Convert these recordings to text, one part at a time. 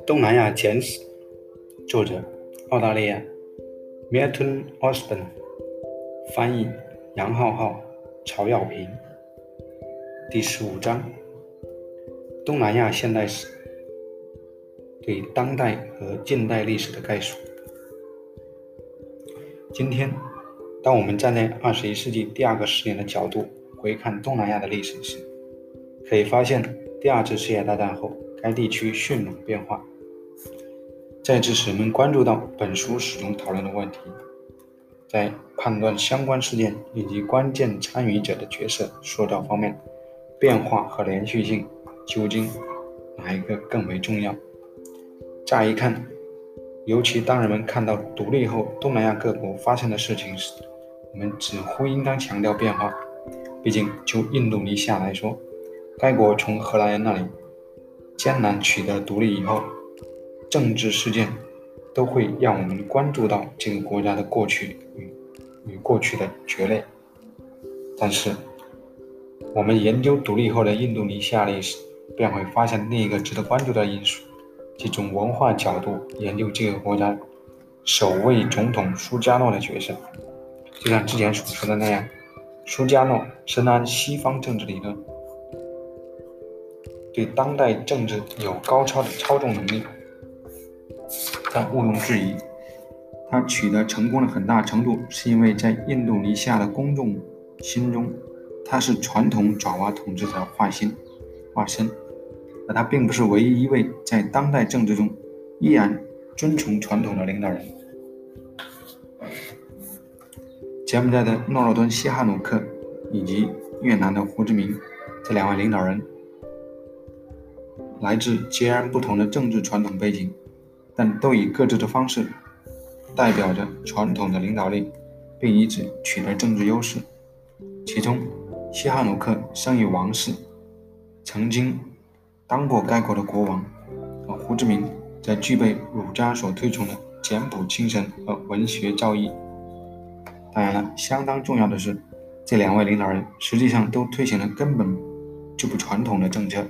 东南亚简史，作者澳大利亚 Milton Osborne， 翻译杨浩浩、曹耀平。第15章：东南亚现代史，对当代和近代历史的概述。今天，当我们站在21世纪第二个10年的角度回看东南亚的历史时，可以发现第二次世界大战后该地区迅猛变化。再次使人们关注到本书始终讨论的问题，在判断相关事件以及关键参与者的角色塑造方面，变化和连续性究竟哪一个更为重要？乍一看，尤其当人们看到独立后东南亚各国发生的事情时，我们似乎应当强调变化。毕竟就印度尼西亚来说，该国从荷兰人那里艰难取得独立以后，政治事件都会让我们关注到这个国家的过去与过去的蕨类。但是我们研究独立后的印度尼西亚历史，便会发现另一个值得关注的因素，即从文化角度研究这个国家首位总统苏加诺的角色。就像之前所说的那样，苏加诺深谙西方政治理论，对当代政治有高超的操纵能力，但毋庸置疑，他取得成功的很大程度是因为在印度尼西亚的公众心中，他是传统爪哇统治者的化身，而他并不是唯一一位在当代政治中依然遵从传统的领导人。柬埔寨的诺若敦·西哈努克以及越南的胡志明，这两位领导人来自截然不同的政治传统背景，但都以各自的方式代表着传统的领导力，并以此取得政治优势。其中，西哈努克生于王室，曾经当过该国的国王，而胡志明则具备儒家所推崇的简朴精神和文学造诣。当然了，相当重要的是，这两位领导人实际上都推行了根本就不传统的政策。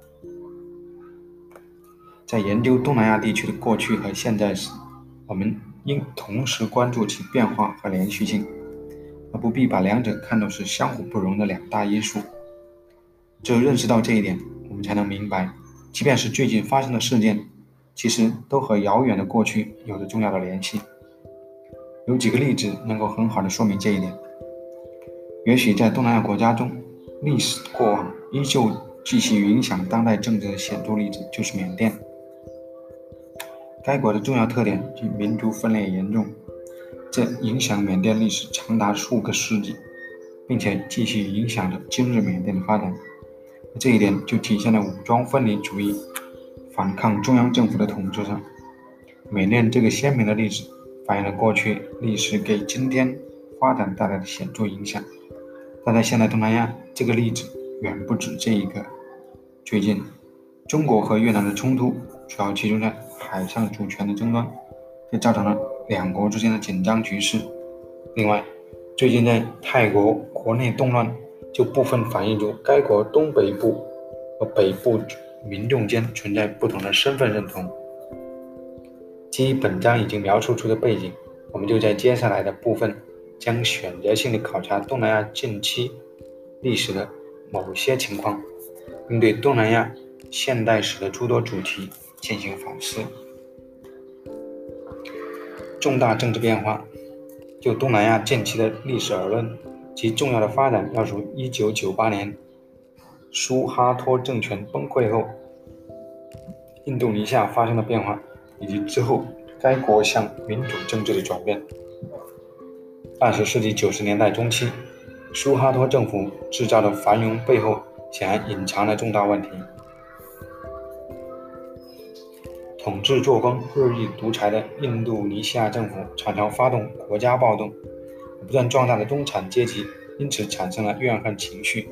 在研究东南亚地区的过去和现在时，我们应同时关注其变化和连续性，而不必把两者看作是相互不容的两大因素。只有认识到这一点，我们才能明白，即便是最近发生的事件，其实都和遥远的过去有着重要的联系。有几个例子能够很好地说明这一点。也许在东南亚国家中，历史过往依旧继续影响当代政治的显著例子就是缅甸。该国的重要特点即民族分裂严重，这影响缅甸历史长达数个世纪，并且继续影响着今日缅甸的发展。这一点就体现了武装分离主义反抗中央政府的统治上。缅甸这个鲜明的例子反映了过去历史给今天发展带来的显著影响，但在现代东南亚，这个例子远不止这一个。最近，中国和越南的冲突主要集中在海上主权的争端，这造成了两国之间的紧张局势。另外，最近在泰国国内动乱就部分反映出该国东北部和北部民众间存在不同的身份认同。基于本章已经描述出的背景，我们就在接下来的部分将选择性地考察东南亚近期历史的某些情况，并对东南亚现代史的诸多主题进行反思。重大政治变化，就东南亚近期的历史而论，其重要的发展要从1998年苏哈托政权崩溃后印度尼西亚发生的变化，以及之后该国向民主政治的转变。20世纪90年代中期，苏哈托政府制造的繁荣背后显然隐藏了重大问题。统治作风日益独裁的印度尼西亚政府常常发动国家暴动，不断壮大的中产阶级因此产生了怨恨情绪。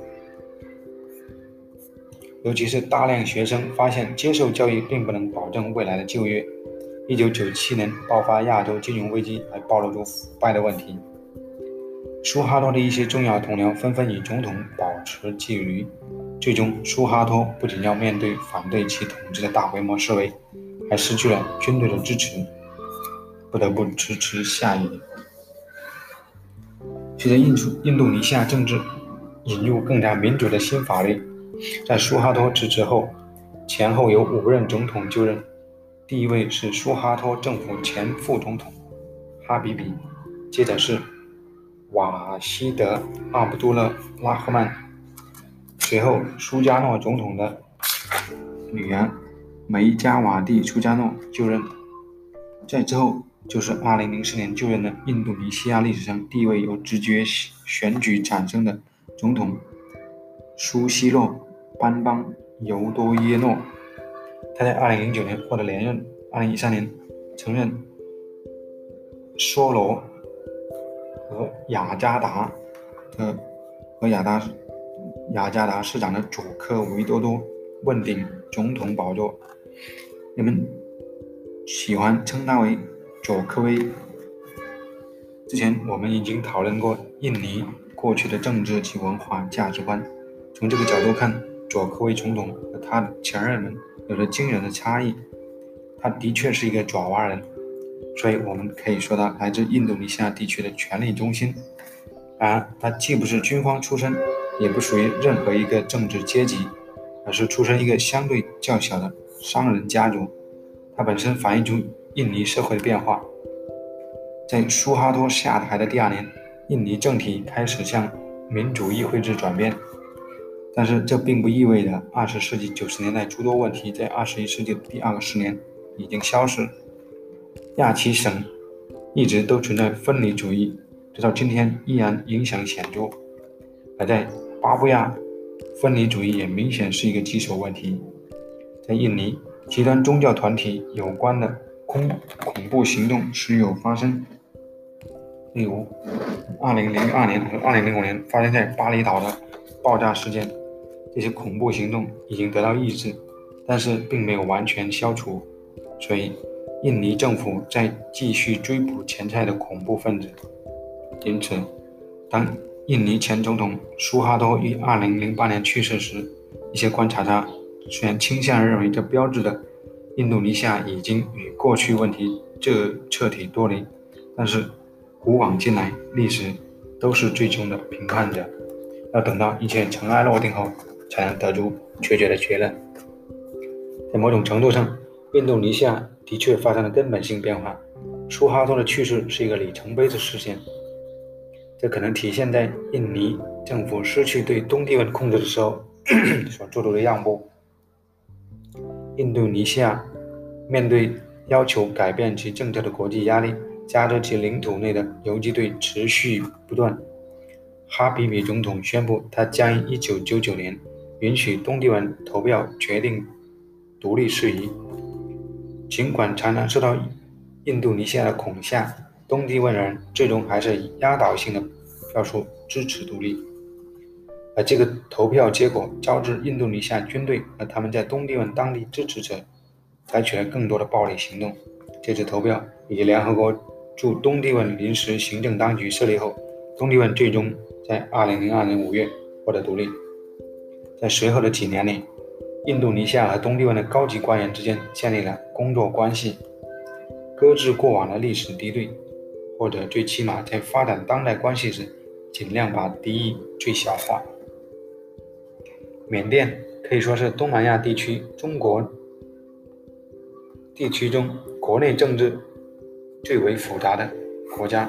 尤其是大量学生发现接受教育并不能保证未来的就业。1997年爆发亚洲金融危机，还暴露出腐败的问题。苏哈托的一些重要同僚纷纷与总统保持距离，最终苏哈托不仅要面对反对其统治的大规模示威， 还失去了军队的支持，不得不迟迟下野。随着印度尼西亚政治引入更加民主的新法律，在苏哈托辞职后，前后有5任总统就任。第一位是苏哈托政府前副总统哈比比，接着是瓦希德·阿卜杜勒拉赫曼，随后苏加诺总统的女儿梅加瓦蒂·苏加诺就任。再之后就是2004年就任的印度尼西亚历史上第一位由直接选举产生的总统苏西洛·班邦尤多耶诺。他在2009年获得连任，2013年曾任梭罗和雅加达市长的佐科维多多问鼎总统宝座，人们喜欢称他为佐科威。之前我们已经讨论过印尼过去的政治及文化价值观，从这个角度看，佐科威总统和他的前任们有着惊人的差异。他的确是一个爪哇人，所以我们可以说他来自印度尼西亚地区的权力中心。然而他既不是军方出身，也不属于任何一个政治阶级，而是出身一个相对较小的商人家族。它本身反映出印尼社会的变化。在苏哈托下台的第2年，印尼政体开始向民主议会制转变，但是这并不意味着20世纪90年代诸多问题在21世纪的第2个10年已经消失。亚齐省一直都存在分离主义，直到今天依然影响显著。而在巴布亚，分离主义也明显是一个棘手问题。在印尼，极端宗教团体有关的恐怖行动时有发生，例如2002年和2005年发生在巴厘岛的爆炸事件。这些恐怖行动已经得到抑制，但是并没有完全消除，所以印尼政府在继续追捕潜在的恐怖分子。因此，当印尼前总统苏哈托于2008年去世时，一些观察家虽然倾向认为这标志着印度尼西亚已经与过去问题彻底脱离，但是古往今来，历史都是最终的评判者，要等到一切尘埃落定后，才能得出确切的结论。在某种程度上，印度尼西亚的确发生了根本性变化。苏哈托的去世是一个里程碑的事件，这可能体现在印尼政府失去对东帝汶控制的时候所做出的让步。印度尼西亚面对要求改变其政策的国际压力，加之其领土内的游击队持续不断，哈比比总统宣布他将于1999年允许东帝汶投票决定独立事宜。尽管常常受到印度尼西亚的恐吓，东帝汶人最终还是以压倒性的票数支持独立。而这个投票结果招致印度尼西亚军队和他们在东帝汶当地支持者采取了更多的暴力行动。这次投票以及联合国驻东帝汶临时行政当局设立后，东帝汶最终在2002年5月获得独立。在随后的几年里，印度尼西亚和东帝汶的高级官员之间建立了工作关系，搁置过往的历史敌对，或者最起码在发展当代关系时尽量把敌意最小化。缅甸可以说是东南亚地区中国内政治最为复杂的国家，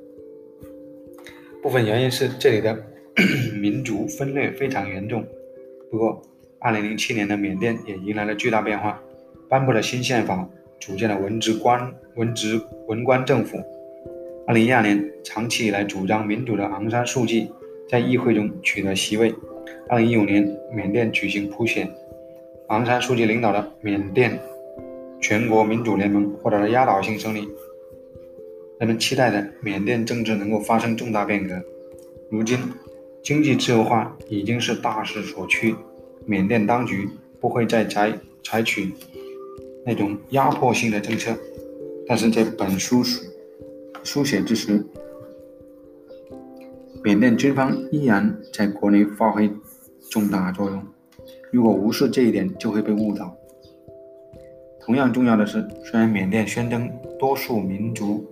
部分原因是这里的民族分裂非常严重。不过2007年的缅甸也迎来了巨大变化，颁布了新宪法，组建了文官政府。2012年，长期以来主张民主的昂山素季在议会中取得席位。2015年，缅甸举行普选，昂山素季领导的缅甸全国民主联盟获得了压倒性胜利。人们期待的缅甸政治能够发生重大变革。如今，经济自由化已经是大势所趋，缅甸当局不会再采取那种压迫性的政策，但是在本书写之时，缅甸军方依然在国内发挥重大作用。如果无视这一点，就会被误导。 同样重要的是，虽然缅甸宣称多数民族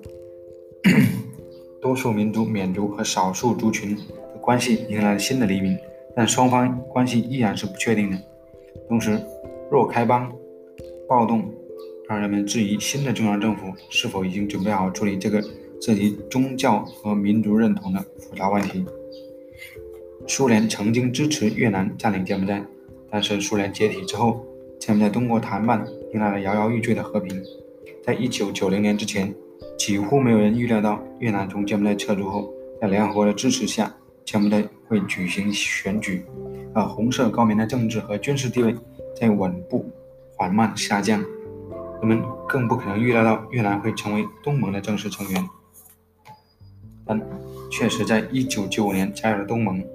缅族和少数族群的关系迎来了新的黎明，但双方关系依然是不确定的。同时，若开邦暴动让人们质疑新的中央政府是否已经准备好处理这个涉及宗教和民族认同的复杂问题。苏联曾经支持越南占领柬埔寨，但是苏联解体之后，柬埔寨通过谈判迎来了摇摇欲坠的和平。在1990年之前，几乎没有人预料到越南从柬埔寨撤出后，在联合国的支持下，柬埔寨会举行选举，而红色高棉的政治和军事地位在稳步缓慢下降。人们更不可能预料到越南会成为东盟的正式成员，但确实在1995年加入了东盟。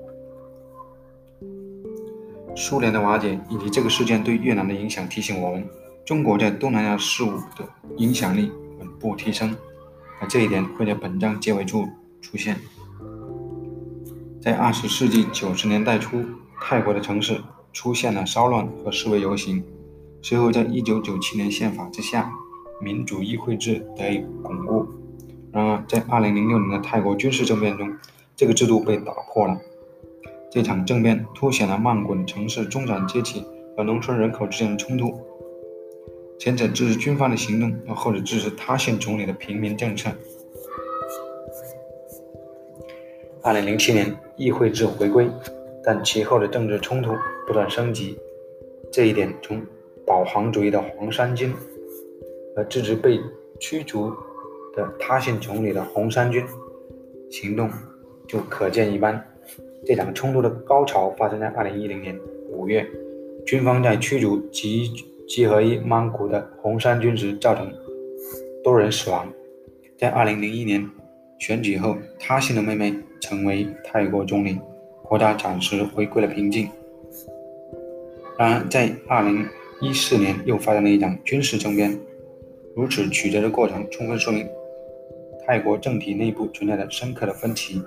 苏联的瓦解以及这个事件对越南的影响提醒我们，中国在东南亚事务的影响力稳步提升，而这一点会在本章结尾处出现。在20世纪90年代初，泰国的城市出现了骚乱和示威游行，随后在1997年宪法之下，民主议会制得以巩固。然而在2006年的泰国军事政变中，这个制度被打破了。这场政变凸显了曼谷城市中产阶级和农村人口之间的冲突，前者支持军方的行动，而后者支持他信总理的平民政策。2007年议会制回归，但其后的政治冲突不断升级。这一点从保皇主义的黄衫军和支持被驱逐的他信总理的红衫军行动就可见一斑。这场冲突的高潮发生在2010年5月，军方在驱逐集合于曼谷的红衫军时造成多人死亡。在2001年选举后，他信的妹妹成为泰国总理，国家暂时回归了平静。然而在2014年又发生了一场军事政变，如此曲折的过程充分说明泰国政体内部存在着深刻的分歧。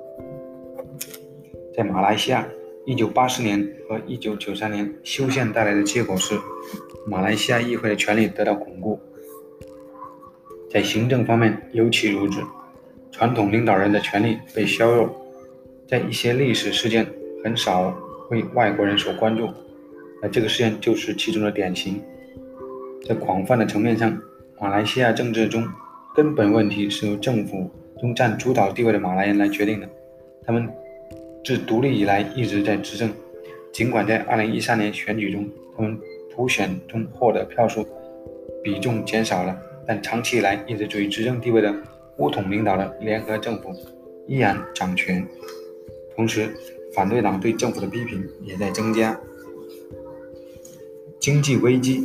在马来西亚，1984年和1993年修宪带来的结果是，马来西亚议会的权力得到巩固。在行政方面尤其如此，传统领导人的权力被削弱。在一些历史事件很少为外国人所关注，而这个事件就是其中的典型。在广泛的层面上，马来西亚政治中根本问题是由政府中占主导地位的马来人来决定的。他们自独立以来一直在执政，尽管在2013年选举中，他们普选中获得票数比重减少了，但长期以来一直处于执政地位的巫统领导的联合政府依然掌权。同时，反对党对政府的批评也在增加。经济危机，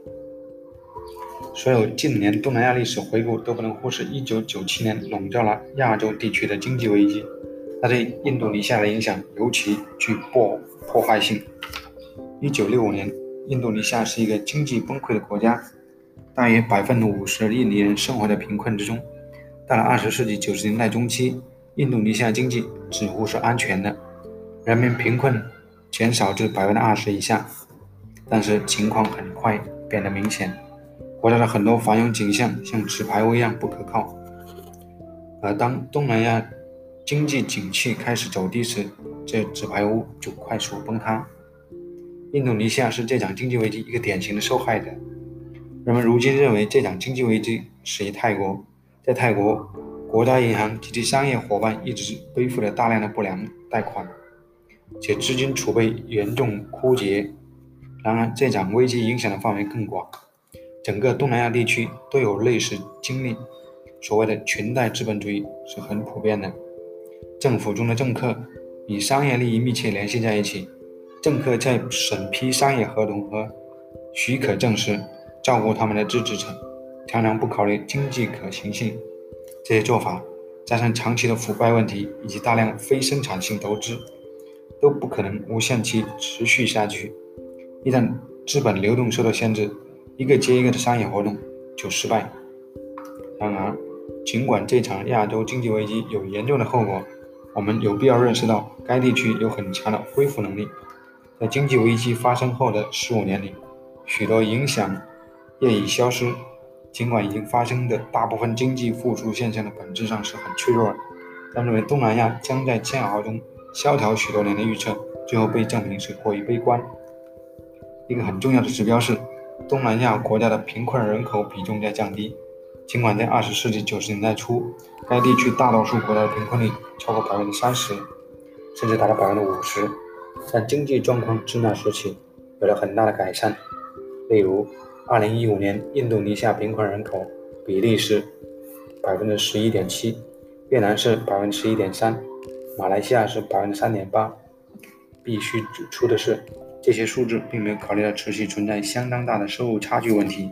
所有近年东南亚历史回顾都不能忽视1997年笼罩了亚洲地区的经济危机，它对印度尼西亚的影响尤其具破坏性。1965年，印度尼西亚是一个经济崩溃的国家，大约50%的印尼人生活在贫困之中。到了20世纪90年代中期，印度尼西亚经济几乎是安全的，人民贫困减少至20%以下。但是情况很快变得明显，国家的很多繁荣景象像纸牌屋一样不可靠。而当东南亚经济景气开始走低时，这纸牌屋就快速崩塌。印度尼西亚是这场经济危机一个典型的受害者。人们如今认为这场经济危机始于泰国。在泰国，国家银行及其商业伙伴一直背负了大量的不良贷款，且资金储备严重枯竭。然而，这场危机影响的范围更广，整个东南亚地区都有类似经历。所谓的裙带资本主义是很普遍的，政府中的政客与商业利益密切联系在一起，政客在审批商业合同和许可证时照顾他们的支持者，常常不考虑经济可行性。这些做法加上长期的腐败问题以及大量非生产性投资，都不可能无限期持续下去。一旦资本流动受到限制，一个接一个的商业活动就失败。然而，尽管这场亚洲经济危机有严重的后果，我们有必要认识到该地区有很强的恢复能力。在经济危机发生后的15年里，许多影响业已消失。尽管已经发生的大部分经济复苏现象的本质上是很脆弱的，但认为东南亚将在煎熬中萧条许多年的预测，最后被证明是过于悲观。一个很重要的指标是，东南亚国家的贫困人口比重在降低。尽管在20世纪90年代初，该地区大多数国家的贫困率超过30%，甚至达到50%，但经济状况自那时起有了很大的改善。例如2015年，印度尼西亚贫困人口比例是11.7%，越南是11.3%，马来西亚是3.8%。必须指出的是，这些数字并没有考虑到持续存在相当大的收入差距问题。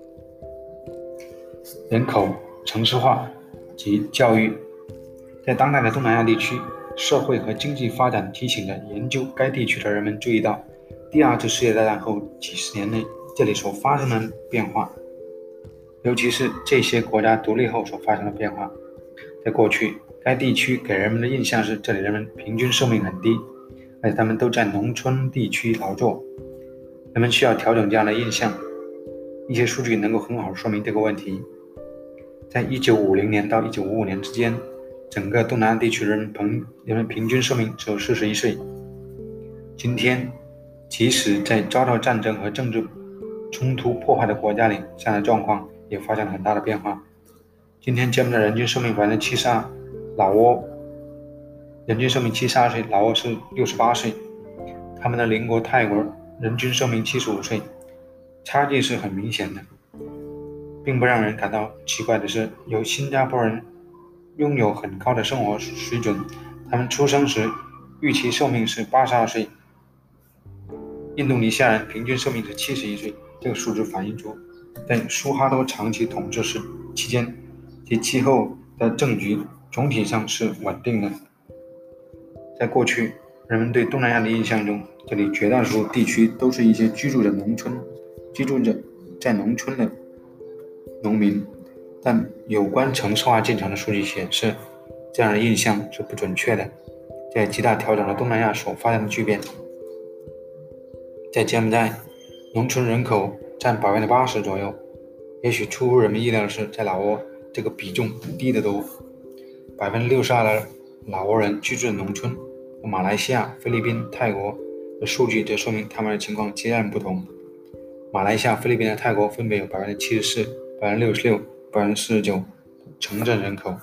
人口城市化及教育。在当代的东南亚地区，社会和经济发展提醒了研究该地区的人们注意到，第二次世界大战后几十年内这里所发生的变化，尤其是这些国家独立后所发生的变化。在过去，该地区给人们的印象是这里人们平均寿命很低，而且他们都在农村地区劳作。人们需要调整这样的印象，一些数据能够很好说明这个问题。在1950年到1955年之间，整个东南亚地区人们平均寿命只有41岁。今天，即使在遭到战争和政治冲突破坏的国家里，这样的状况也发生了很大的变化。今天柬埔寨人均寿命72%，老挝人均寿命72岁，老挝是68岁。他们的邻国泰国人均寿命75岁，差距是很明显的。并不让人感到奇怪的是，有新加坡人拥有很高的生活水准，他们出生时预期寿命是82岁。印度尼西亚人平均寿命是71岁，这个数字反映出在苏哈多长期统治时期间及其后的政局总体上是稳定的。在过去，人们对东南亚的印象中，这里绝大多数地区都是一些居住在农村的农民，但有关城市化进程的数据显示，这样的印象是不准确的，这也极大调整了东南亚所发生的巨变。在柬埔寨，农村人口占80%左右，也许出乎人们意料的是，在老挝这个比重低得多，62%的老挝人居住在农村。马来西亚、菲律宾、泰国的数据则说明他们的情况截然不同。马来西亚、菲律宾和泰国分别有74%、66%、49%城镇人口。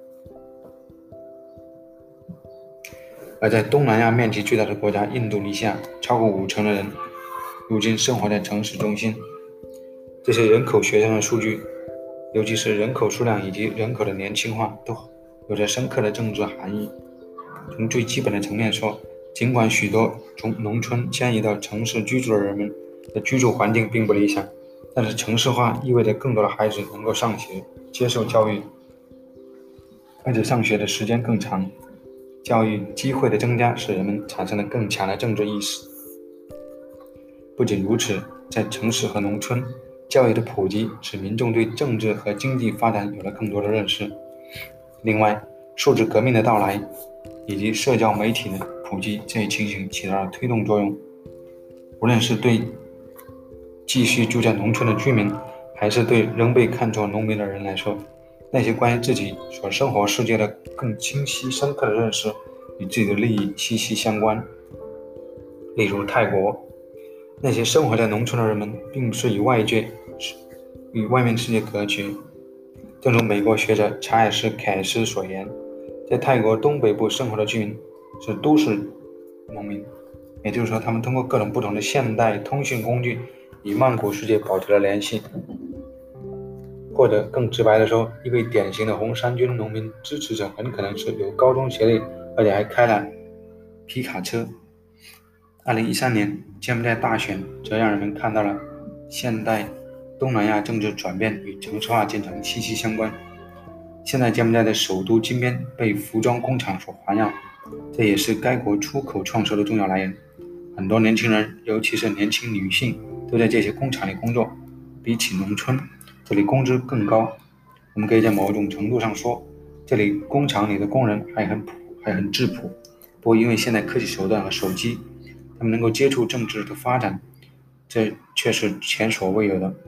而在东南亚面积最大的国家印度尼西亚，超过50%的人如今生活在城市中心。这些人口学上的数据，尤其是人口数量以及人口的年轻化，都有着深刻的政治含义。从最基本的层面说，尽管许多从农村迁移到城市居住的人们的居住环境并不理想，但是城市化意味着更多的孩子能够上学、接受教育，而且上学的时间更长。教育机会的增加使人们产生了更强的政治意识。不仅如此，在城市和农村，教育的普及使民众对政治和经济发展有了更多的认识。另外，数字革命的到来以及社交媒体的普及，这一情形起到了推动作用。无论是对继续住在农村的居民，还是对仍被看作农民的人来说，那些关于自己所生活世界的更清晰深刻的认识与自己的利益息息相关。例如泰国，那些生活在农村的人们并不是与外面世界隔绝。正如美国学者查尔斯·凯斯所言，在泰国东北部生活的居民是都市农民，也就是说，他们通过各种不同的现代通讯工具与曼谷世界保持了联系。或者更直白地说，一位典型的红衫军农民支持者很可能是有高中学历，而且还开了皮卡车。2013年柬埔寨大选则让人们看到了现代东南亚政治转变与城市化进程息息相关。现在柬埔寨的首都金边被服装工厂所环绕，这也是该国出口创收的重要来源。很多年轻人，尤其是年轻女性，都在这些工厂里工作。比起农村，这里工资更高。我们可以在某种程度上说，这里工厂里的工人还很质朴。不过因为现代科技手段和手机，他们能够接触政治的发展，这却是前所未有的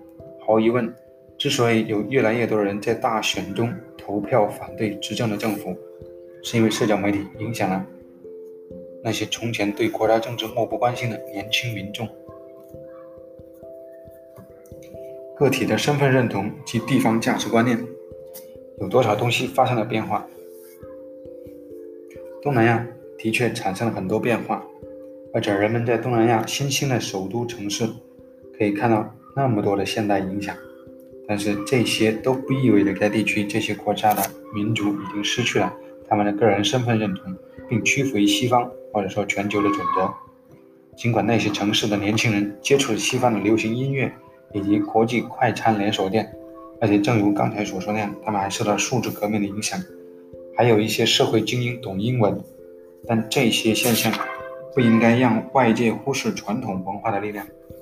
毫无疑问，之所以有越来越多的人在大选中投票反对执政的政府，是因为社交媒体影响了那些从前对国家政治漠不关心的年轻民众。个体的身份认同及地方价值观念有多少东西发生了变化？东南亚的确产生了很多变化，而且人们在东南亚新兴的首都城市可以看到那么多的现代影响，但是这些都不意味着该地区这些国家的民族已经失去了他们的个人身份认同，并屈服于西方或者说全球的准则。尽管那些城市的年轻人接触了西方的流行音乐以及国际快餐连锁店，而且正如刚才所说那样，他们还受到数字革命的影响，还有一些社会精英懂英文，但这些现象不应该让外界忽视传统文化的力量。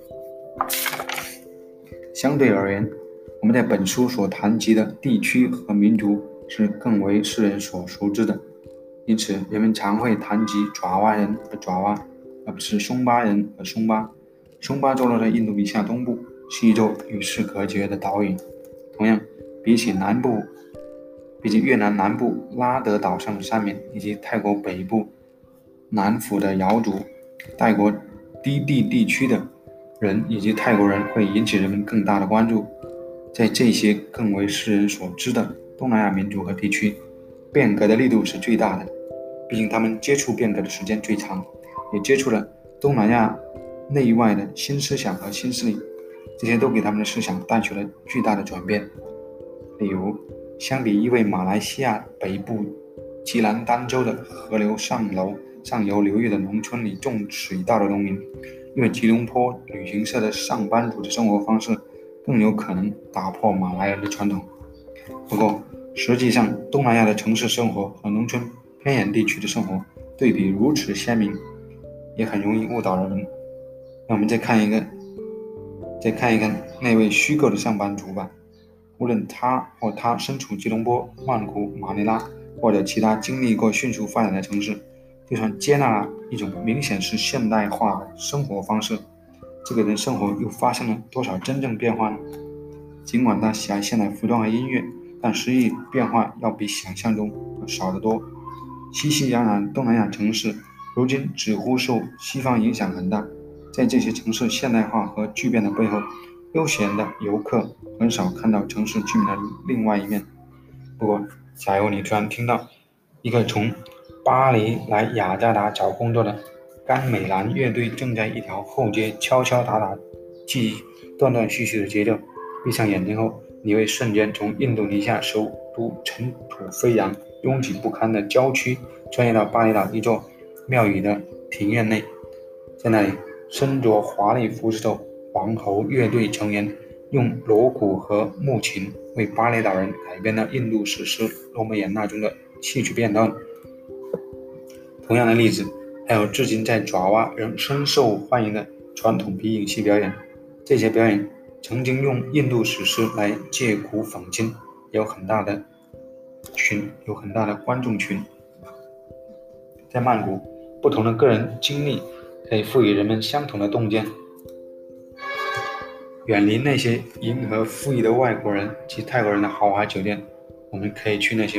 相对而言，我们在本书所谈及的地区和民族是更为世人所熟知的，因此人们常会谈及爪哇人和爪哇，而不是松巴人和松巴。松巴坐落在印度尼西亚东部，是一座与世隔绝的岛屿。同样，比起越南南部拉德岛上的山民，以及泰国北部南府的瑶族，泰国低地地区的人以及泰国人会引起人们更大的关注。在这些更为世人所知的东南亚民族和地区，变革的力度是最大的，毕竟他们接触变革的时间最长，也接触了东南亚内外的新思想和新势力，这些都给他们的思想带去了巨大的转变。例如，相比一位马来西亚北部吉兰丹州的河流上游流域的农村里种水稻的农民，因为吉隆坡旅行社的上班族的生活方式更有可能打破马来人的传统。不过，实际上东南亚的城市生活和农村偏远地区的生活对比如此鲜明，也很容易误导人们。让我们再看一看那位虚构的上班族吧。无论他身处吉隆坡、曼谷、马尼拉或者其他经历过迅速发展的城市，就算接纳了一种明显是现代化的生活方式，这个人生活又发生了多少真正变化呢？尽管他喜爱现代服装和音乐，但实际变化要比想象中要少得多。熙熙攘攘东南亚城市如今似乎受西方影响很大，在这些城市现代化和巨变的背后，悠闲的游客很少看到城市居民的另外一面。不过，假如你突然听到一个从巴黎来雅加达找工作的甘美兰乐队正在一条后街敲敲打打，既断断续续的节奏，闭上眼睛后，你会瞬间从印度尼西亚首都尘土飞扬、拥挤不堪的郊区，穿越到巴厘岛一座庙宇的庭院内。在那里，身着华丽服饰的皇后乐队成员用锣鼓和木琴为巴厘岛人改编了印度史诗《罗摩衍那》中的戏曲片段。同样的例子还有至今在爪哇仍深受欢迎的传统皮影戏表演，这些表演曾经用印度史诗来借古讽今，有很大的观众群。在曼谷，不同的个人经历可以赋予人们相同的洞见。远离那些迎合富裕的外国人及泰国人的豪华酒店，我们可以去那些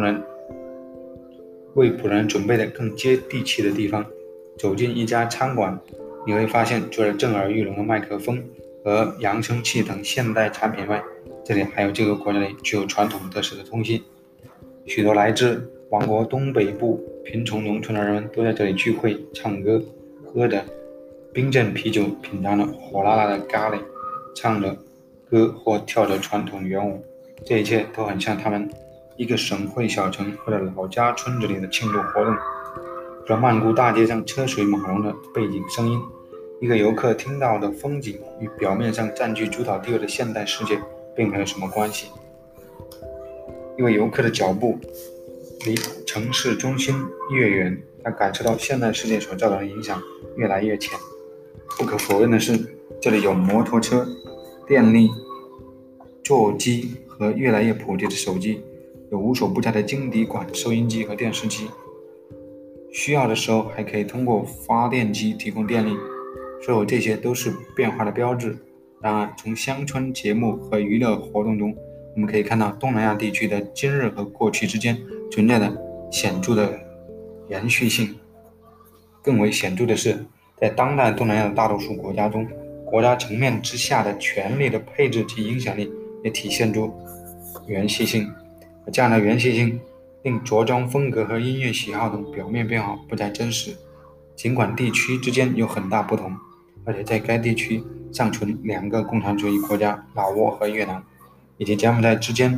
为普通人准备的更接地气的地方。走进一家餐馆，你会发现除了震耳欲聋的麦克风和扬声器等现代产品外，这里还有这个国家里具有传统特色的东西。许多来自王国东北部贫穷农村的人们都在这里聚会、唱歌，喝着冰镇啤酒，品尝着火辣辣的咖喱，唱着歌或跳着传统圆舞。这一切都很像他们一个省会小城或者老家村子里的庆祝活动。除了曼谷大街上车水马龙的背景声音，一个游客听到的风景与表面上占据主导地位的现代世界并没有什么关系。一位游客的脚步离城市中心越远，他感受到现代世界所造成的影响越来越浅。不可否认的是，这里有摩托车、电力、座机和越来越普及的手机，有无所不在的晶体管、收音机和电视机，需要的时候还可以通过发电机提供电力。所有这些都是变化的标志， 然而，从乡村节目和娱乐活动中，我们可以看到东南亚地区的今日和过去之间存在的显著的延续性。更为显著的是，在当代东南亚的大多数国家中，国家层面之下的权力的配置及影响力也体现出延续性。这样的延续性令着装风格和音乐喜好等表面变化不再真实。尽管地区之间有很大不同，而且在该地区尚存两个共产主义国家老挝和越南，以及柬埔寨之间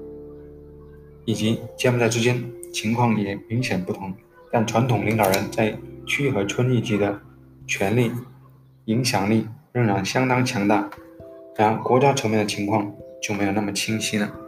情况也明显不同，但传统领导人在区和村一级的权力影响力仍然相当强大。然而国家层面的情况就没有那么清晰了。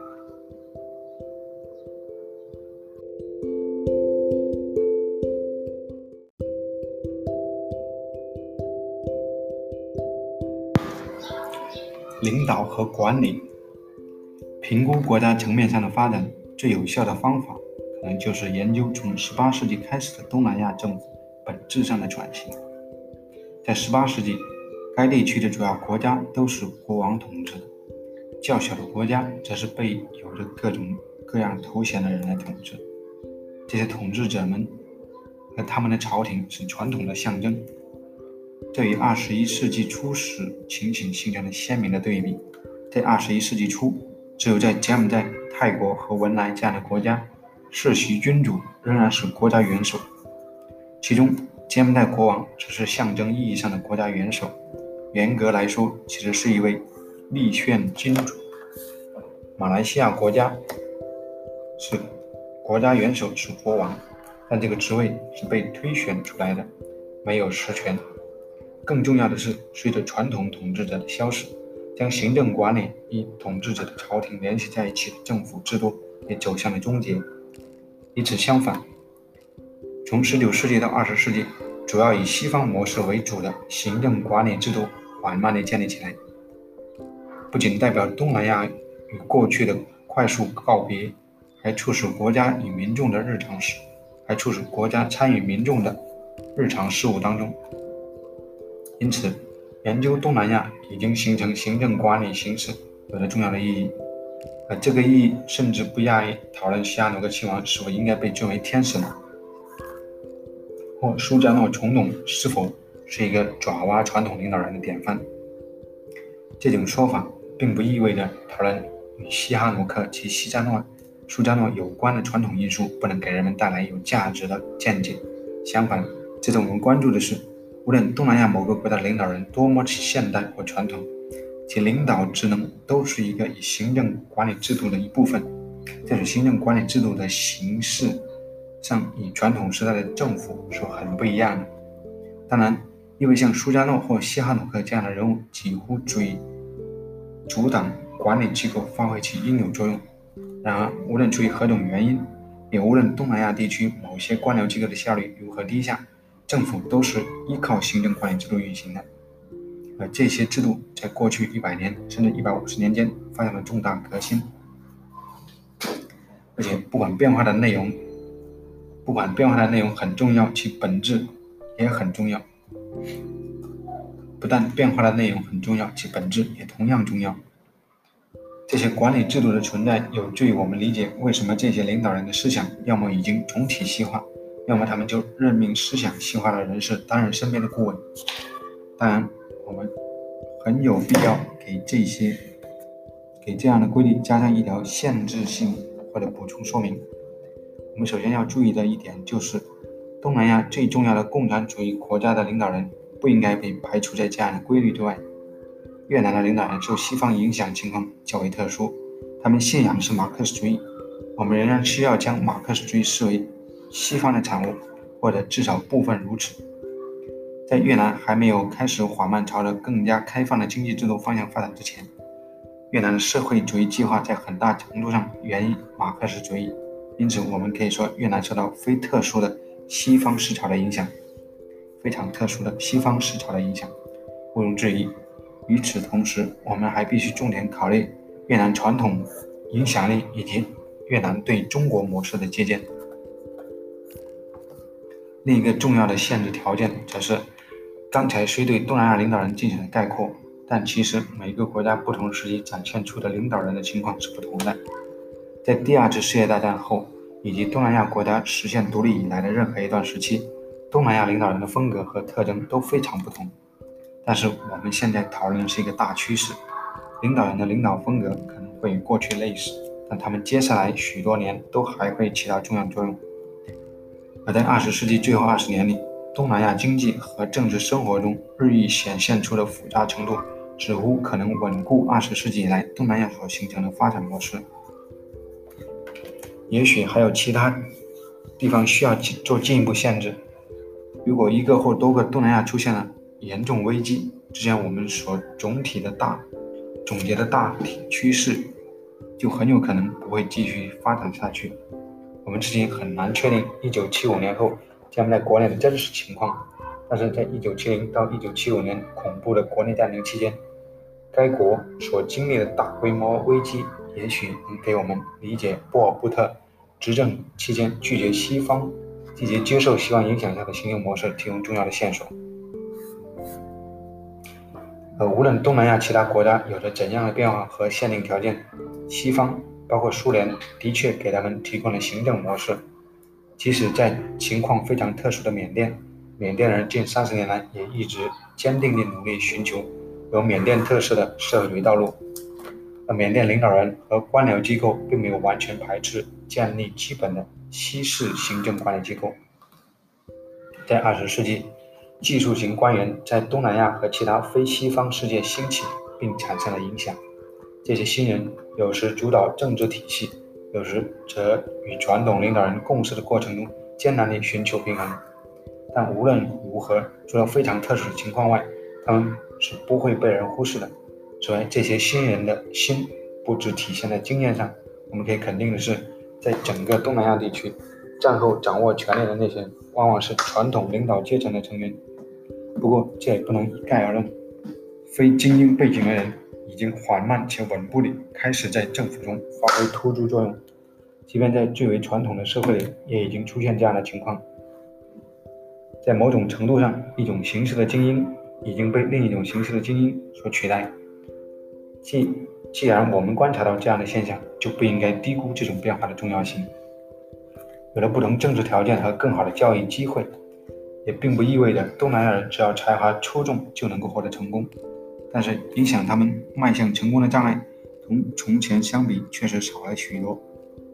领导和管理，评估国家层面上的发展最有效的方法，可能就是研究从18世纪开始的东南亚政府本质上的转型。在18世纪，该地区的主要国家都是国王统治的，较小的国家则是被有着各种各样头衔的人来统治。这些统治者们和他们的朝廷是传统的象征，这与21世纪初时情形形成了鲜明的对比。在21世纪初，只有在柬埔寨、泰国和文莱这样的国家，世袭君主仍然是国家元首，其中柬埔寨国王只是象征意义上的国家元首，严格来说其实是一位立宪君主。马来西亚国家元首是国王，但这个职位是被推选出来的，没有实权。更重要的是，随着传统统治者的消失，将行政管理与统治者的朝廷联系在一起的政府制度也走向了终结。与此相反，从19世纪到20世纪，主要以西方模式为主的行政管理制度缓慢地建立起来，不仅代表东南亚与过去的快速告别，还促使国家与民众的日常参与民众的日常事务当中。因此，研究东南亚已经形成行政管理形式有着重要的意义，而这个意义甚至不亚于讨论西哈努克亲王是否应该被尊为天神，或苏加诺总统是否是一个爪哇传统领导人的典范。这种说法并不意味着讨论与西哈努克及苏加诺有关的传统因素不能给人们带来有价值的见解。相反，值得我们关注的是，无论东南亚某个国家的领导人多么现代或传统，其领导职能都是一个以行政管理制度的一部分。这种行政管理制度的形式上与传统时代的政府是很不一样的。当然，一位像苏加诺或西哈努克这样的人物几乎足以阻挡管理机构发挥其应有作用。然而，无论出于何种原因，也无论东南亚地区某些官僚机构的效率如何低下，政府都是依靠行政管理制度运行的，而这些制度在过去100年甚至150年间发生了重大革新。而且不管变化的内容很重要，其本质也很重要。不但变化的内容很重要，其本质也同样重要。这些管理制度的存在有助于我们理解为什么这些领导人的思想要么已经总体系化，要么他们就任命思想细化的人士担任身边的顾问。当然，我们很有必要给这样的规律加上一条限制性或者补充说明。我们首先要注意的一点就是，东南亚最重要的共产主义国家的领导人不应该被排除在这样的规律之外。越南的领导人受西方影响情况较为特殊，他们信仰是马克思主义，我们仍然需要将马克思主义视为西方的产物，或者至少部分如此。在越南还没有开始缓慢朝着更加开放的经济制度方向发展之前，越南的社会主义计划在很大程度上源于马克思主义，因此我们可以说越南受到非常特殊的西方思潮的影响。毋庸置疑，与此同时，我们还必须重点考虑越南传统影响力以及越南对中国模式的借鉴。另一个重要的限制条件则是，刚才虽对东南亚领导人进行了概括， 但其实每个国家不同时期展现出的领导人的情况是不同的。在第二次世界大战后，以及东南亚国家实现独立以来的任何一段时期，东南亚领导人的风格和特征都非常不同。但是我们现在讨论的是一个大趋势，领导人的领导风格可能会与过去类似，但他们接下来许多年都还会起到重要作用。而在20世纪最后20年里，东南亚经济和政治生活中日益显现出的复杂程度，似乎可能稳固20世纪以来东南亚所形成的发展模式。也许还有其他地方需要做进一步限制。如果一个或多个东南亚出现了严重危机，之前我们所总结的大体趋势就很有可能不会继续发展下去。我们至今很难确定1975年后将在国内的真实情况，但是在1970到1975年恐怖的国内战争期间，该国所经历的大规模危机也许能给我们理解波尔布特执政期间拒绝西方、积极接受西方影响下的行政模式提供重要的线索。无论东南亚其他国家有着怎样的变化和限定条件，西方包括苏联的确给他们提供了行政模式。即使在情况非常特殊的缅甸人近30年来也一直坚定地努力寻求有缅甸特色的社会主义道路。缅甸领导人和官僚机构并没有完全排斥建立基本的西式行政管理机构。在20世纪，技术型官员在东南亚和其他非西方世界兴起并产生了影响。这些新人有时主导政治体系，有时则与传统领导人共事的过程中艰难地寻求平衡。但无论如何，除了非常特殊的情况外，他们是不会被人忽视的。此外，这些新人的心不只体现在经验上，我们可以肯定的是，在整个东南亚地区，战后掌握权力的那些人往往是传统领导阶层的成员。不过这也不能一概而论，非精英背景的人已经缓慢且稳步地开始在政府中发挥突出作用，即便在最为传统的社会里也已经出现这样的情况。在某种程度上，一种形式的精英已经被另一种形式的精英所取代。既然我们观察到这样的现象，就不应该低估这种变化的重要性。有了不同政治条件和更好的教育机会，也并不意味着东南亚人只要才华出众就能够获得成功。但是影响他们迈向成功的障碍，同从前相比确实少了许多。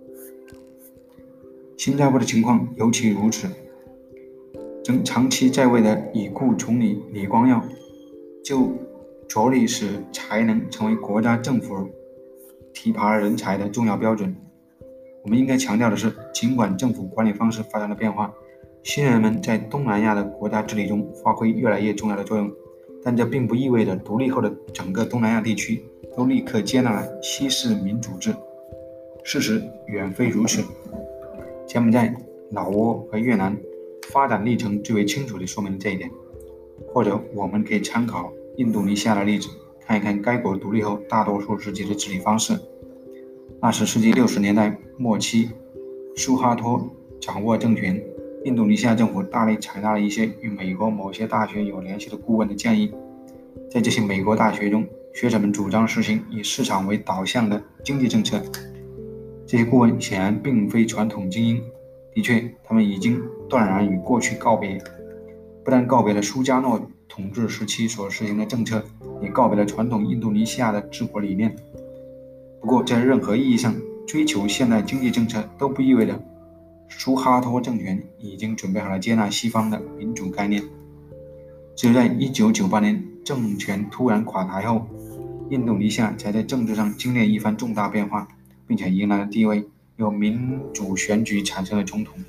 新加坡的情况尤其如此。正长期在位的已故总理李光耀就着力使才能成为国家政府提拔人才的重要标准。我们应该强调的是，尽管政府管理方式发生了变化，新人们在东南亚的国家治理中发挥越来越重要的作用，但这并不意味着独立后的整个东南亚地区都立刻接纳了西式民主制。事实远非如此。柬埔寨、老挝和越南发展历程最为清楚地说明了这一点。或者我们可以参考印度尼西亚的例子，看一看该国独立后大多数时期的治理方式。20世纪60年代末期，苏哈托掌握政权，印度尼西亚政府大力采纳了一些与美国某些大学有联系的顾问的建议。在这些美国大学中，学者们主张实行以市场为导向的经济政策。这些顾问显然并非传统精英，的确，他们已经断然与过去告别，不但告别了苏加诺统治时期所实行的政策，也告别了传统印度尼西亚的治国理念。不过，在任何意义上，追求现代经济政策都不意味着苏哈托政权已经准备好了接纳西方的民主概念。只有在1998年政权突然垮台后，印度尼西亚才在政治上经历一番重大变化，并且迎来了第一位由民主选举产生的总统。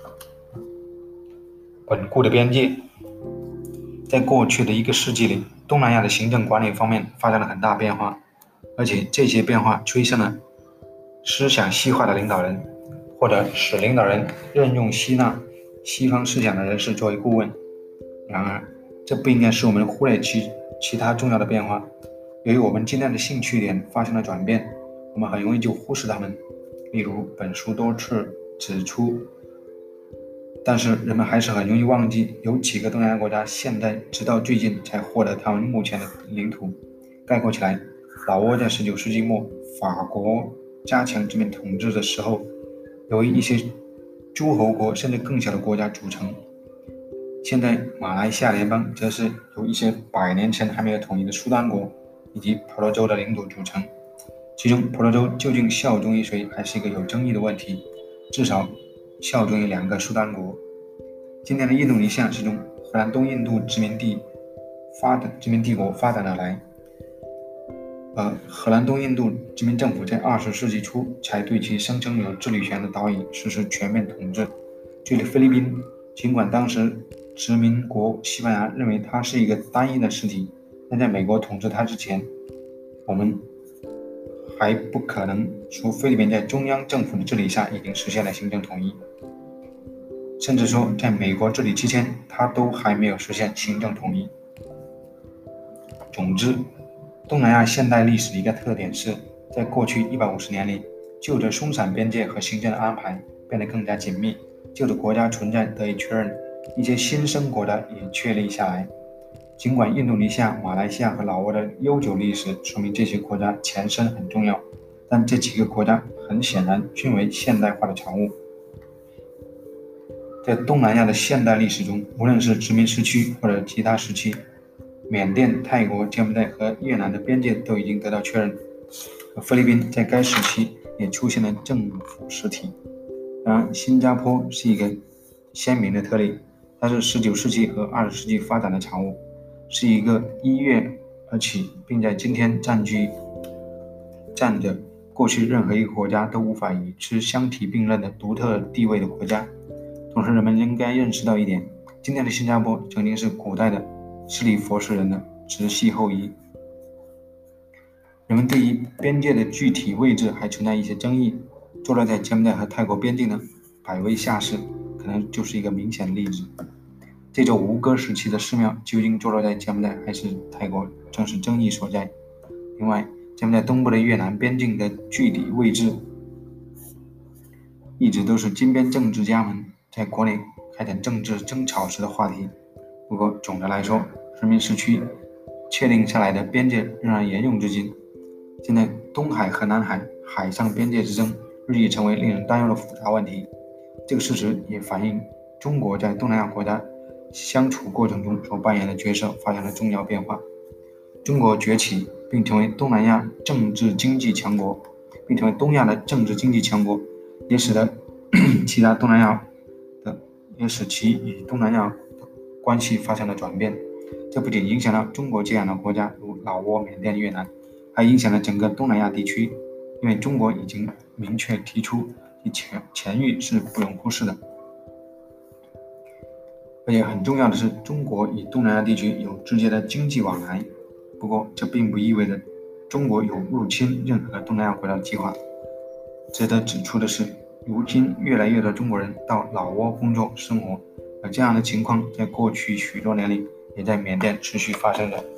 稳固的边界。在过去的一个世纪里，东南亚的行政管理方面发生了很大变化，而且这些变化催生了思想西化的领导人，或者使领导人任用吸纳西方思想的人士作为顾问。然而，这不应该使我们忽略其他重要的变化。由于我们今天的兴趣点发生了转变，我们很容易就忽视它们。例如，本书多次指出，但是人们还是很容易忘记，有几个东南亚国家现在直到最近才获得他们目前的领土。 概括起来，老挝在19世纪末法国加强殖民统治的时候，由一些诸侯国甚至更小的国家组成。现在马来西亚联邦则是由一些100年前还没有统一的苏丹国以及婆罗洲的领土组成。其中婆罗洲究竟效忠于谁，还是一个有争议的问题，至少效忠于2个苏丹国。今天的印度尼西亚是从荷兰东印度殖民帝国发展而来，荷兰东印度殖民政府在20世纪初才对其声称有治理权的岛屿实施全面统治。距离菲律宾，尽管当时殖民国西班牙认为它是一个单一的实体，但在美国统治它之前，我们还不可能说菲律宾在中央政府的治理下已经实现了行政统一，甚至说在美国治理期间，它都还没有实现行政统一。总之，东南亚现代历史的一个特点是，在过去150年里，就着松散边界和行政的安排变得更加紧密，就着国家存在得以确认，一些新生国家也确立下来。尽管印度尼西亚、马来西亚和老挝的悠久历史说明这些国家前身很重要，但这几个国家很显然均为现代化的产物。在东南亚的现代历史中，无论是殖民时期或者其他时期，缅甸、泰国、柬埔寨和越南的边界都已经得到确认，菲律宾在该时期也出现了政府实体。当然，新加坡是一个鲜明的特例，它是19世纪和20世纪发展的产物，是一个一跃而起，并在今天占着过去任何一个国家都无法与之相提并论的独特地位的国家。同时，人们应该认识到一点，今天的新加坡曾经是古代的斯里佛士人的直系后裔。人们对于边界的具体位置还存在一些争议，坐落在柬埔寨和泰国边境的百威夏市可能就是一个明显的例子。这座吴哥时期的寺庙究竟坐落在柬埔寨还是泰国，正是争议所在。另外，柬埔寨东部的越南边境的具体位置一直都是金边政治家们在国内开展政治争吵时的话题。不过总的来说，殖民时期确定下来的边界仍然沿用至今。现在东海和南海海上边界之争日益成为令人担忧的复杂问题，这个事实也反映中国在东南亚国家相处过程中所扮演的角色发生了重要变化。中国崛起并成为东南亚政治经济强国，并成为东亚的政治经济强国，也使其与东南亚的关系发生了转变。这不仅影响了中国这样的国家，如老挝、缅甸、越南，还影响了整个东南亚地区，因为中国已经明确提出其前域是不容忽视的。而且很重要的是，中国与东南亚地区有直接的经济往来。不过，这并不意味着中国有入侵任何东南亚国家的计划。值得指出的是，如今越来越多中国人到老挝工作生活，而这样的情况在过去许多年里也在缅甸持续发生着。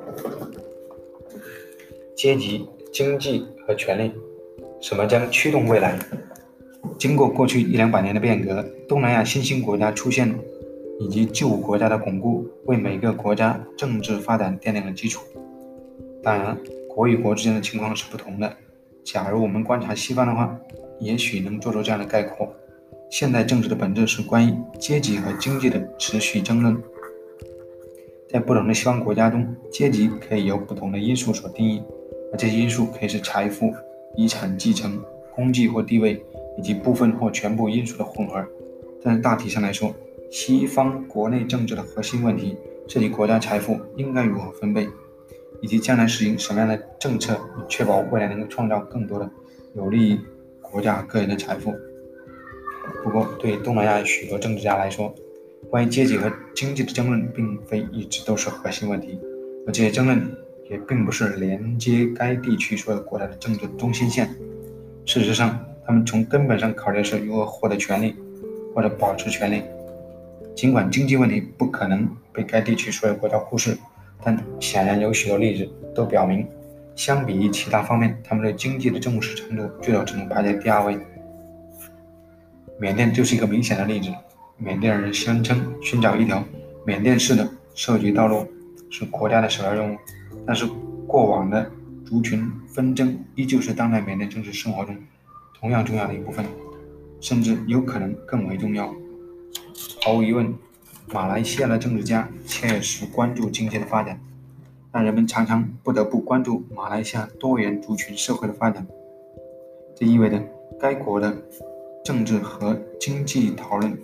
阶级、经济和权力，什么将驱动未来？经过过去100-200年的变革，东南亚新兴国家出现以及旧国家的巩固，为每个国家政治发展奠定了基础。当然，国与国之间的情况是不同的。假如我们观察西方的话，也许能做出这样的概括：现代政治的本质是关于阶级和经济的持续争论。在不同的西方国家中，阶级可以由不同的因素所定义，而这些因素可以是财富、遗产继承、功绩或地位，以及部分或全部因素的混合。但是大体上来说，西方国内政治的核心问题涉及国家财富应该如何分配，以及将来实行什么样的政策，以确保未来能够创造更多的有利于国家和个人的财富。不过，对东南亚许多政治家来说，关于阶级和经济的争论并非一直都是核心问题，而这些争论也并不是连接该地区所有国家的政治中心线。事实上，他们从根本上考虑的是如何获得权利或者保持权利。尽管经济问题不可能被该地区所有国家忽视，但显然有许多例子都表明，相比于其他方面，他们对经济的重视程度最少只能排在第2位。缅甸就是一个明显的例子。缅甸人宣称寻找一条缅甸式的社会主义道路是国家的首要任务，但是过往的族群纷争依旧是当代缅甸政治生活中同样重要的一部分，甚至有可能更为重要。毫无疑问，马来西亚的政治家切实关注经济的发展，但人们常常不得不关注马来西亚多元族群社会的发展。这意味着该国的政治和政治讨论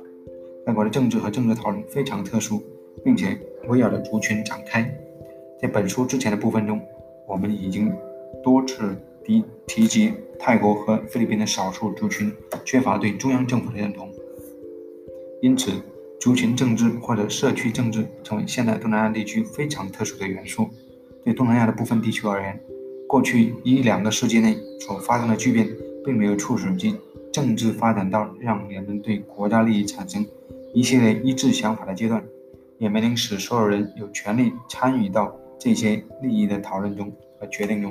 非常特殊，并且围绕着族群展开。在本书之前的部分中，我们已经多次提及泰国和菲律宾的少数族群缺乏对中央政府的认同，因此族群政治或者社区政治成为现代东南亚地区非常特殊的元素。对东南亚的部分地区而言，过去1-2个世纪内所发生的巨变并没有促使其政治发展到让人们对国家利益产生一系列一致想法的阶段，也没能使所有人有权利参与到这些利益的讨论中和决定中。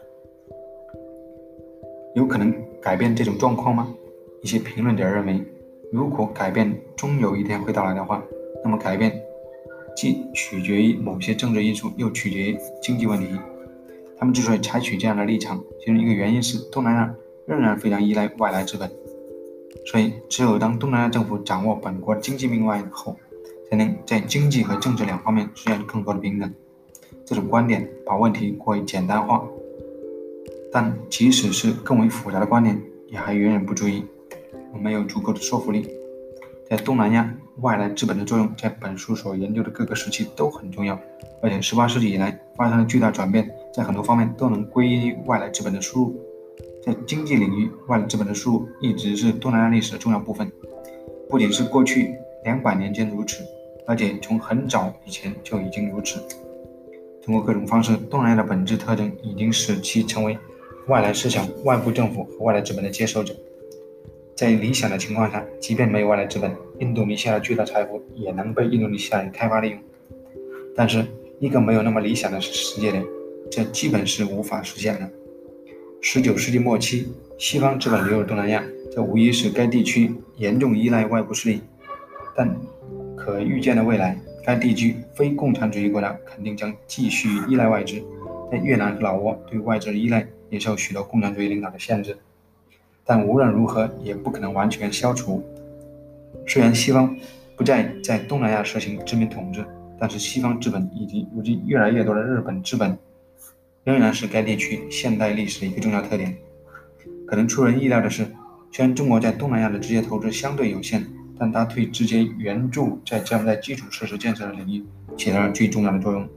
有可能改变这种状况吗？一些评论者认为，如果改变终有一天会到来的话，那么改变既取决于某些政治因素，又取决于经济问题。他们之所以采取这样的立场，其中一个原因是东南亚仍然非常依赖外来资本，所以只有当东南亚政府掌握本国经济命脉后，才能在经济和政治两方面实现更多的平等。这种观点把问题过于简单化，但即使是更为复杂的观点，也还远远不足以没有足够的说服力。在东南亚，外来资本的作用在本书所研究的各个时期都很重要，而且18世纪以来发生了巨大转变，在很多方面都能归因于外来资本的输入。在经济领域，外来资本的输入一直是东南亚历史的重要部分，不仅是过去200年间如此，而且从很早以前就已经如此。通过各种方式，东南亚的本质特征已经使其成为外来思想、外部政府和外来资本的接受者。在理想的情况下，即便没有外来资本，印度尼西亚的巨大财富也能被印度尼西亚人开发利用。但是，一个没有那么理想的世界里，这基本是无法实现的。19世纪末期，西方资本流入东南亚，这无疑使该地区严重依赖外部势力。但可预见的未来，该地区非共产主义国家肯定将继续依赖外资。在越南和老挝，对外资的依赖也受许多共产主义领导的限制。但无论如何，也不可能完全消除。虽然西方不再在东南亚实行殖民统治，但是西方资本以及如今越来越多的日本资本，仍然是该地区现代历史的一个重要特点。可能出人意料的是，虽然中国在东南亚的直接投资相对有限，但它对直接援助在基础设施建设的领域起到了最重要的作用。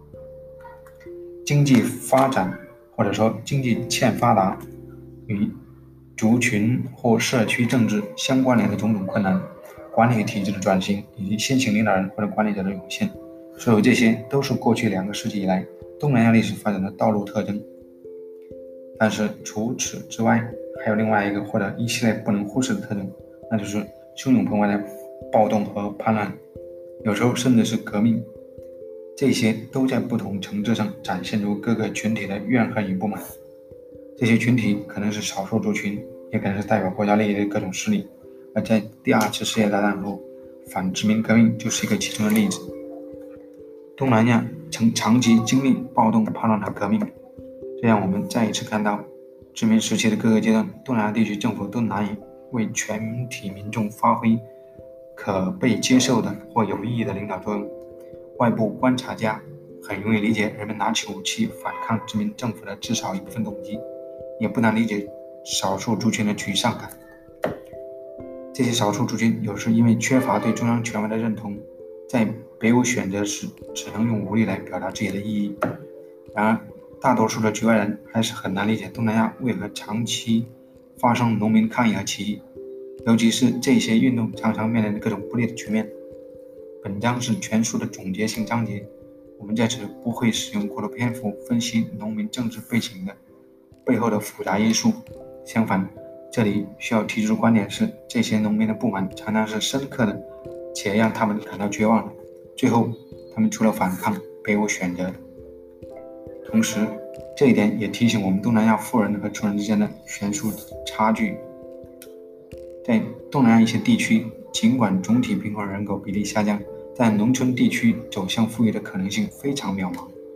经济发展或者说经济欠发达与族群或社区政治相关联的种种困难，管理体制的转型以及新型领导人或者管理者的涌现，所有这些都是过去2个世纪以来东南亚历史发展的道路特征。但是除此之外，还有另外一个或者一系列不能忽视的特征，那就是汹涌澎湃的暴动和叛乱，有时候甚至是革命。这些都在不同层次上展现出各个群体的怨恨与不满。这些群体可能是少数族群，也可能是代表国家利益的各种势力。而在第2次世界大战后，反殖民革命就是一个其中的例子。东南亚曾长期经历暴动、叛乱和革命，这让我们再一次看到殖民时期的各个阶段，东南亚地区政府都难以为全体民众发挥可被接受的或有意义的领导作用。外部观察家很容易理解人们拿起武器反抗殖民政府的至少一部分动机，也不难理解少数族群的沮丧感。这些少数族群有时因为缺乏对中央权威的认同，在别无选择时只能用武力来表达自己的意义。然而大多数的局外人还是很难理解东南亚为何长期发生农民抗议和起义，尤其是这些运动常常面临的各种不利的局面。本章是全书的总结性章节，我们在此不会使用过多篇幅分析农民政治背景的背后的复杂因素。相反，这里需要提出的观点是，这些农民的不满常常是深刻的，且让他们感到绝望的。最后，他们除了反抗，别无选择。同时，这一点也提醒我们东南亚富人和穷人之间的悬殊差距。在东南亚一些地区，尽管总体贫困人口比例下降，但农村地区走向富裕的可能性非常渺茫。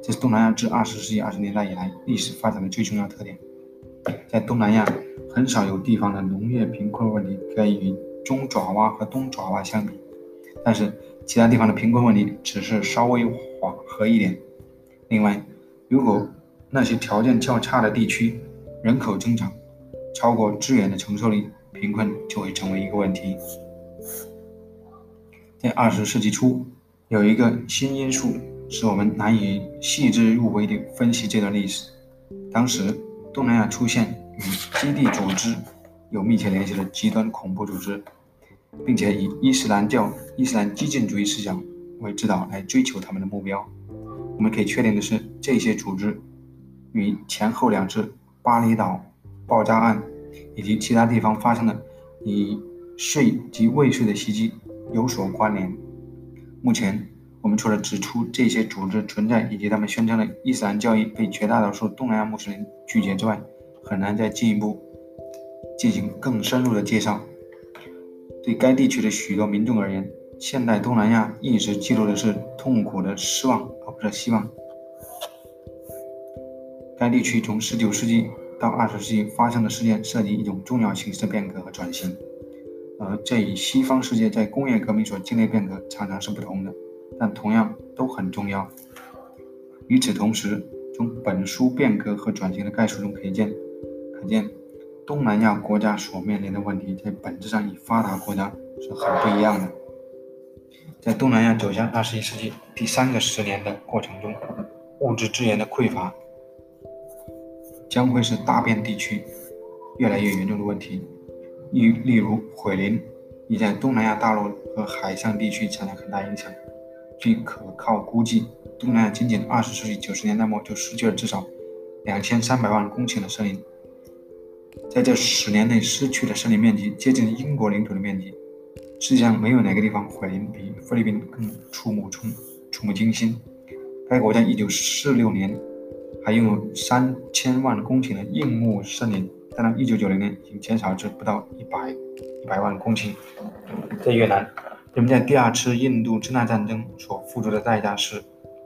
这是东南亚自20世纪20年代以来历史发展的最重要特点。在东南亚，很少有地方的农业贫困问题可以与中爪哇和东爪哇相比，但是其他地方的贫困问题只是稍微缓和一点。另外，如果那些条件较差的地区人口增长超过资源的承受力，贫困就会成为一个问题。在20世纪初，有一个新因素使我们难以细致入微地分析这段历史。当时，东南亚出现与基地组织有密切联系的极端恐怖组织，并且以伊斯兰激进主义思想为指导来追求他们的目标。我们可以确定的是，这些组织与前后2次巴厘岛爆炸案以及其他地方发生的以税及未税的袭击有所关联。目前，我们除了指出这些组织存在以及他们宣称的伊斯兰教义被绝大多数东南亚穆斯林拒绝之外，很难再进一步进行更深入的介绍。对该地区的许多民众而言，现代东南亚一直记录的是痛苦的失望，而不是希望。该地区从19世纪到20世纪发生的事件涉及一种重要形式的变革和转型，而这与西方世界在工业革命所经历的变革常常是不同的，但同样都很重要。与此同时，从本书变革和转型的概述中可见，东南亚国家所面临的问题在本质上与发达国家是很不一样的。在东南亚走向21世纪第3个10年的过程中，物质资源的匮乏将会是大片地区越来越严重的问题。例如毁林已在东南亚大陆和海上地区产生很大影响。据可靠估计，东南亚仅仅20世纪90年代末就失去了至少2300万公顷的森林。在这10年内失去的森林面积接近英国领土的面积。世界上没有哪个地方毁林比菲律宾更触目惊心。该国在1946年还拥有3000万公顷的硬木森林，但到1990年已经减少至不到100万公顷。在越南，人们在第2次印度支那战争所付出的代价是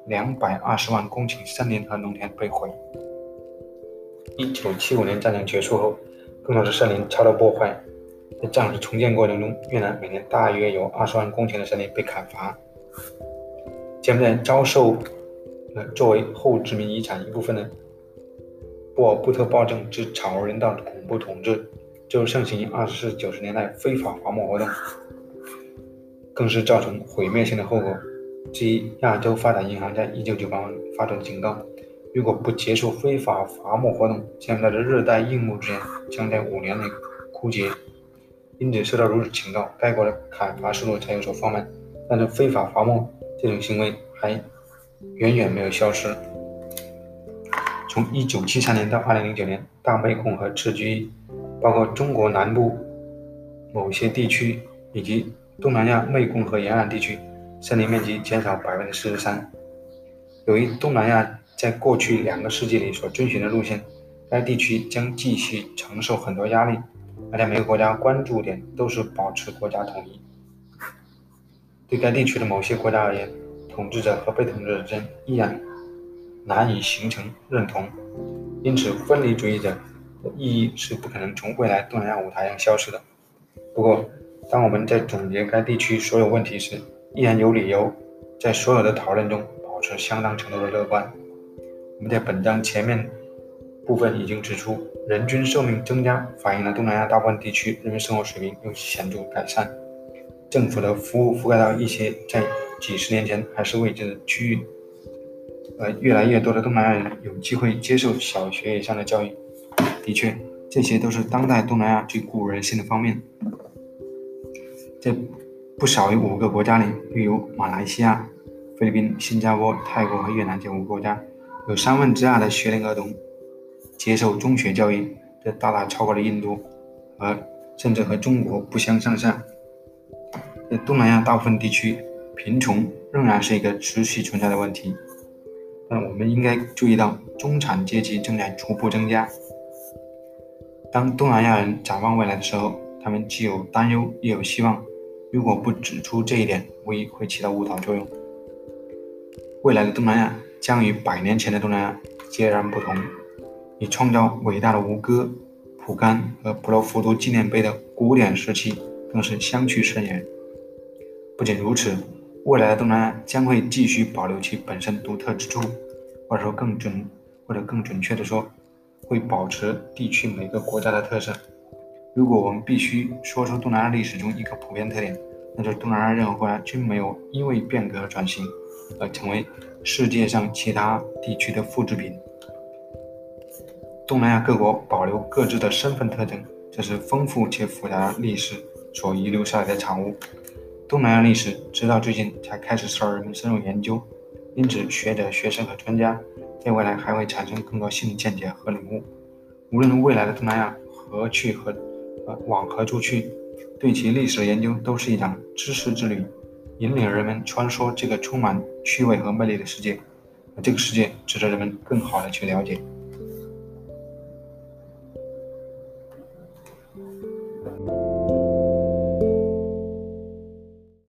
220万公顷森林和农田被毁。1975年战争结束后，更多的森林遭到破坏。在战后重建过程中，越南每年大约有20万公顷的森林被砍伐。柬埔寨遭受作为后殖民遗产一部分的波尔布特暴政之草人道的恐怖统治，就盛行于20世纪90年代非法伐木活动，更是造成毁灭性的后果。至于亚洲发展银行在1998年发出的警告，如果不结束非法伐木活动，柬埔寨的热带硬木资源将在5年内枯竭。因此受到如此警告，该国的砍伐速度才有所放慢，但是非法伐木这种行为还远远没有消失。从1973年到2009年，大湄共和自居包括中国南部某些地区以及东南亚湄共和沿岸地区森林面积减少43%。由于东南亚在过去2个世纪里所遵循的路线，该地区将继续承受很多压力，而且每个国家关注点都是保持国家统一。对该地区的某些国家而言，统治者和被统治者之间依然难以形成认同，因此分离主义者的意义是不可能从未来东南亚舞台上消失的。不过，当我们在总结该地区所有问题时，依然有理由在所有的讨论中保持相当程度的乐观。我们在本章前面部分已经指出，人均寿命增加反映了东南亚大部分地区人民生活水平有显著改善，政府的服务覆盖到一些在几十年前还是未知的区域，越来越多的东南亚人有机会接受小学以上的教育。的确，这些都是当代东南亚最鼓舞人心的方面。在不少于5个国家里，例如马来西亚、菲律宾、新加坡、泰国和越南这5个国家，有2/3的学龄儿童接受中学教育，这大大超过了印度，甚至和中国不相上下。在东南亚大部分地区，贫穷仍然是一个持续存在的问题，但我们应该注意到中产阶级正在逐步增加。当东南亚人展望未来的时候，他们既有担忧也有希望，如果不指出这一点，无疑会起到误导作用。未来的东南亚将与100年前的东南亚截然不同，以创造伟大的吴哥、蒲甘和普罗浮屠纪念碑的古典时期更是相去甚远。不仅如此，未来的东南亚将会继续保留其本身独特之处，或者更准确的说，会保持地区每个国家的特色。如果我们必须说出东南亚历史中一个普遍特点，那就是东南亚任何国家均没有因为变革而转型，而成为世界上其他地区的复制品。东南亚各国保留各自的身份特征，这是丰富且复杂的历史所遗留下来的产物。东南亚历史直到最近才开始受人们深入研究，因此学者、学生和专家在未来还会产生更多新的见解和领悟。无论未来的东南亚往何处去，对其历史的研究都是一场知识之旅，引领人们穿梭这个充满趣味和魅力的世界，这个世界值得人们更好的去了解。